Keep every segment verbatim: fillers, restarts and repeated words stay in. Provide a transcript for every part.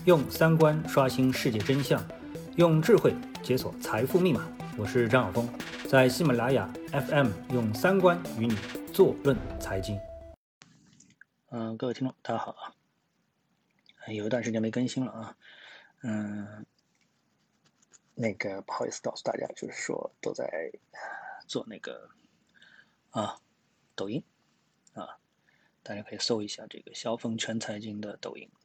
用三观刷新世界真相，用智慧解锁财富密码。我是张晓峰，在喜马拉雅 F M 用三观与你坐论财经。嗯、呃，各位听众，大家好啊！有一段时间没更新了啊，嗯，那个不好意思告诉大家，就是说都在做那个啊抖音啊，大家可以搜一下这个萧峰全财经的抖音。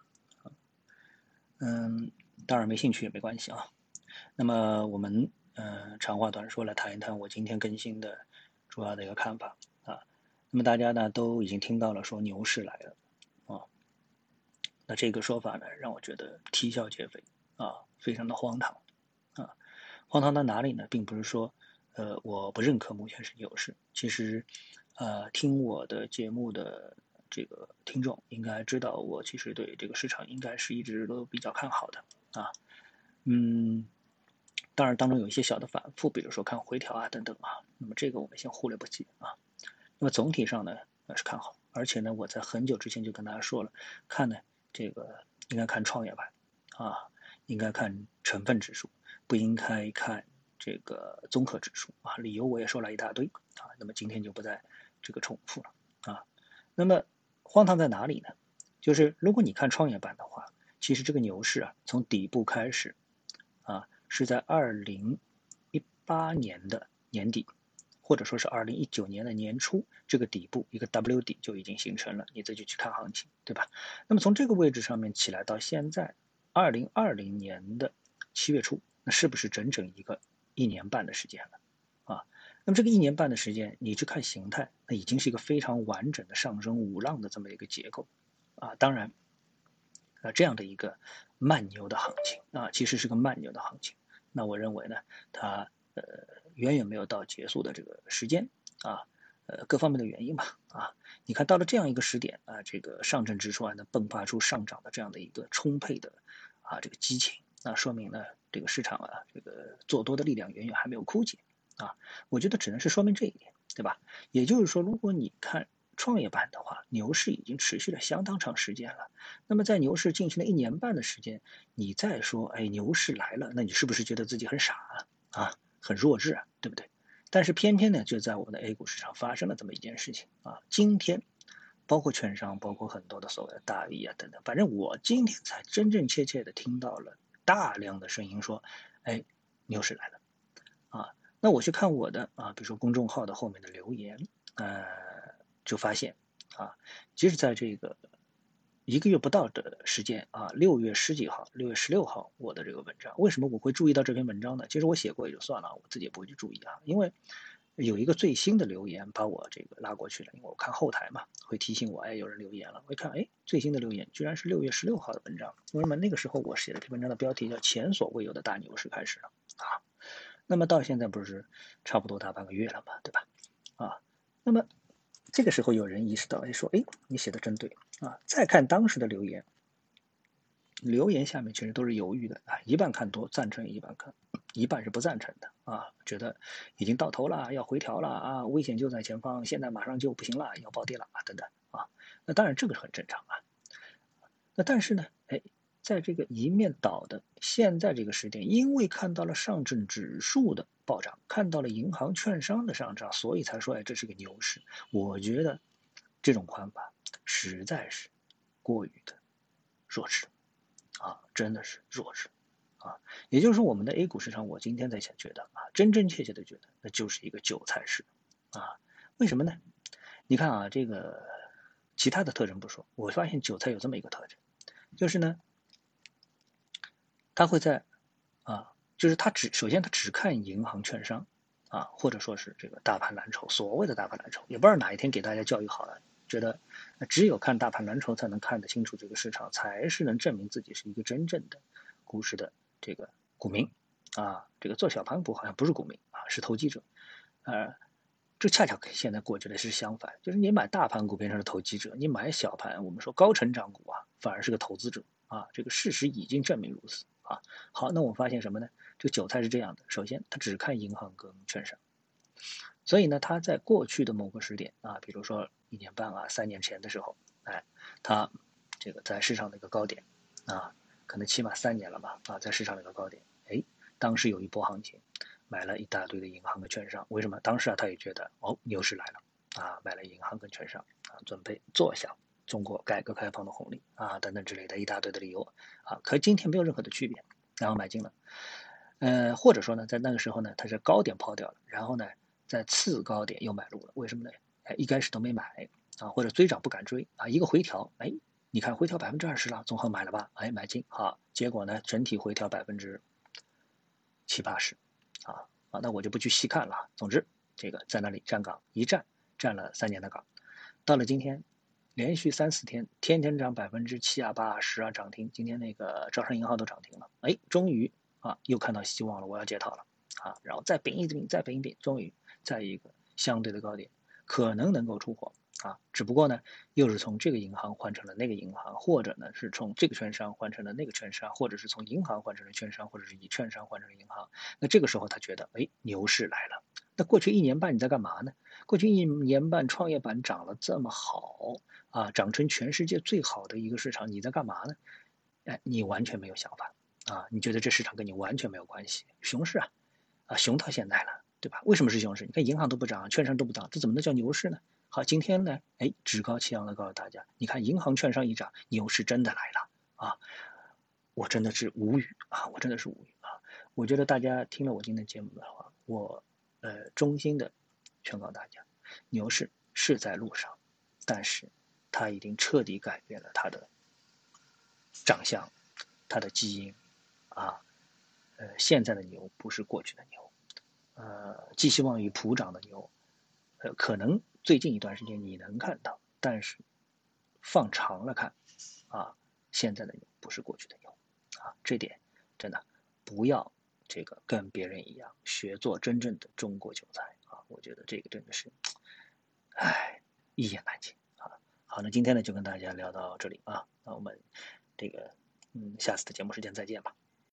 嗯，当然没兴趣也没关系啊。那么我们呃长话短说来谈一谈我今天更新的主要的一个看法啊。那么大家呢都已经听到了说牛市来了啊，那这个说法呢让我觉得啼笑皆非啊，非常的荒唐啊。荒唐在哪里呢？并不是说呃我不认可目前是牛市，其实呃听我的节目的这个听众应该知道，我其实对这个市场应该是一直都比较看好的啊。嗯，当然当中有一些小的反复，比如说看回调啊等等啊，那么这个我们先忽略不计啊。那么总体上呢是看好，而且呢我在很久之前就跟大家说了，看呢这个应该看创业板啊，应该看成分指数，不应该看这个综合指数啊。理由我也说了一大堆啊，那么今天就不再这个重复了啊。那么荒唐在哪里呢？就是如果你看创业板的话，其实这个牛市啊从底部开始啊，是在二零一八年的年底，或者说是二零一九年的年初，这个底部一个 W 底就已经形成了，你自己去看行情，对吧？那么从这个位置上面起来到现在，二零二零年的七月初，那是不是整整一个一年半的时间了啊？那么这个一年半的时间，你去看形态，那已经是一个非常完整的上升五浪的这么一个结构啊。当然，啊，这样的一个慢牛的行情啊，其实是个慢牛的行情。那我认为呢，它呃远远没有到结束的这个时间啊，呃各方面的原因吧啊，你看到了这样一个时点啊，这个上证指数还能迸发出上涨的这样的一个充沛的啊这个激情，那说明呢这个市场啊这个做多的力量远远还没有枯竭啊，我觉得只能是说明这一点，对吧？也就是说，如果你看创业板的话，牛市已经持续了相当长时间了。那么在牛市进行了一年半的时间，你再说，哎，牛市来了，那你是不是觉得自己很傻啊？啊，很弱智啊，对不对？但是偏偏呢，就在我们的 A 股市场发生了这么一件事情啊。今天，包括券商，包括很多的所谓的大 V 啊等等，反正我今天才真真切切的听到了大量的声音说，哎，牛市来了啊。那我去看我的啊，比如说公众号的后面的留言，呃，就发现啊，即使在这个一个月不到的时间啊，六月十几号，六月十六号，我的这个文章，为什么我会注意到这篇文章呢？其实我写过也就算了，我自己也不会去注意啊，因为有一个最新的留言把我这个拉过去了，因为我看后台嘛，会提醒我，哎，有人留言了，我一看，哎，最新的留言居然是六月十六号的文章，为什么那个时候我写的这篇文章的标题叫前所未有的大牛市开始了啊？那么到现在不是差不多大半个月了嘛，对吧？啊，那么这个时候有人意识到，哎，说，哎，你写的真对啊！再看当时的留言，留言下面其实都是犹豫的啊，一半看多赞成，一半看一半是不赞成的啊，觉得已经到头了，要回调了啊，危险就在前方，现在马上就不行了，要暴跌了啊，等等啊。那当然这个很正常啊。那但是呢，哎，在这个一面倒的现在这个时点，因为看到了上证指数的暴涨，看到了银行券商的上涨，所以才说，哎，这是个牛市。我觉得这种看法实在是过于的弱智啊，真的是弱智啊。也就是说，我们的 A 股市场，我今天在想，觉得啊，真真切切的觉得，那就是一个韭菜市啊。为什么呢？你看啊，这个其他的特征不说，我发现韭菜有这么一个特征。就是呢，他会在啊，就是他只首先他只看银行、券商啊，或者说是这个大盘蓝筹，所谓的大盘蓝筹，也不知道哪一天给大家教育好了，觉得只有看大盘蓝筹才能看得清楚这个市场，才是能证明自己是一个真正的股市的这个股民啊。这个做小盘股好像不是股民啊，是投机者，呃，这恰巧跟现在过去的是相反，就是你买大盘股变成了投机者，你买小盘，我们说高成长股啊，反而是个投资者啊。这个事实已经证明如此啊。好，那我们发现什么呢？这个韭菜是这样的，首先他只看银行跟券商，所以呢，他在过去的某个时点啊，比如说一年半啊、三年前的时候，哎，他这个在市场的一个高点啊， 可能起码三年了吧，啊，在市场里的高点，哎，当时有一波行情，买了一大堆的银行跟券商，为什么？当时啊，他也觉得哦，牛市来了，啊，买了银行跟券商，啊，准备坐享中国改革开放的红利啊，等等之类的一大堆的理由，啊，可今天没有任何的区别，然后买进了，呃，或者说呢，在那个时候呢，它是高点抛掉了，然后呢，在次高点又买入了，为什么呢？哎，一开始都没买啊，或者追涨不敢追啊，一个回调，哎，你看回调百分之二十了，综合买了吧？哎，买进啊，结果呢，整体回调百分之七八十，啊啊，那我就不去细看了。总之，这个在那里站岗一站，站了三年的岗，到了今天，连续三四天，天天涨百分之七啊、八啊、十啊涨停，今天那个招商银行都涨停了，哎，终于啊，又看到希望了，我要解套了啊，然后再丙一丙，再丙一丙，终于在一个相对的高点，可能能够出货。啊，只不过呢，又是从这个银行换成了那个银行，或者呢是从这个券商换成了那个券商，或者是从银行换成了券商，或者是以券商换成了银行。那这个时候他觉得，哎，牛市来了。那过去一年半你在干嘛呢？过去一年半创业板涨了这么好啊，涨成全世界最好的一个市场，你在干嘛呢？哎，你完全没有想法啊，你觉得这市场跟你完全没有关系，熊市啊，啊，熊到现在了，对吧？为什么是熊市？你看银行都不涨，券商都不涨，这怎么能叫牛市呢？好，今天呢，哎，趾高气扬的告诉大家，你看银行、券商一涨，牛市真的来了啊！我真的是无语啊，我真的是无语啊！我觉得大家听了我今天的节目的话，我呃衷心的劝告大家，牛市是在路上，但是它已经彻底改变了它的长相，它的基因啊，呃，现在的牛不是过去的牛，呃，寄希望于普涨的牛，呃，可能最近一段时间你能看到，但是放长了看，啊，现在的牛不是过去的牛，啊，这点真的不要这个跟别人一样学做真正的中国韭菜啊，我觉得这个真的是，唉，一言难尽啊。好，那今天呢就跟大家聊到这里啊，那我们这个嗯下次的节目时间再见吧。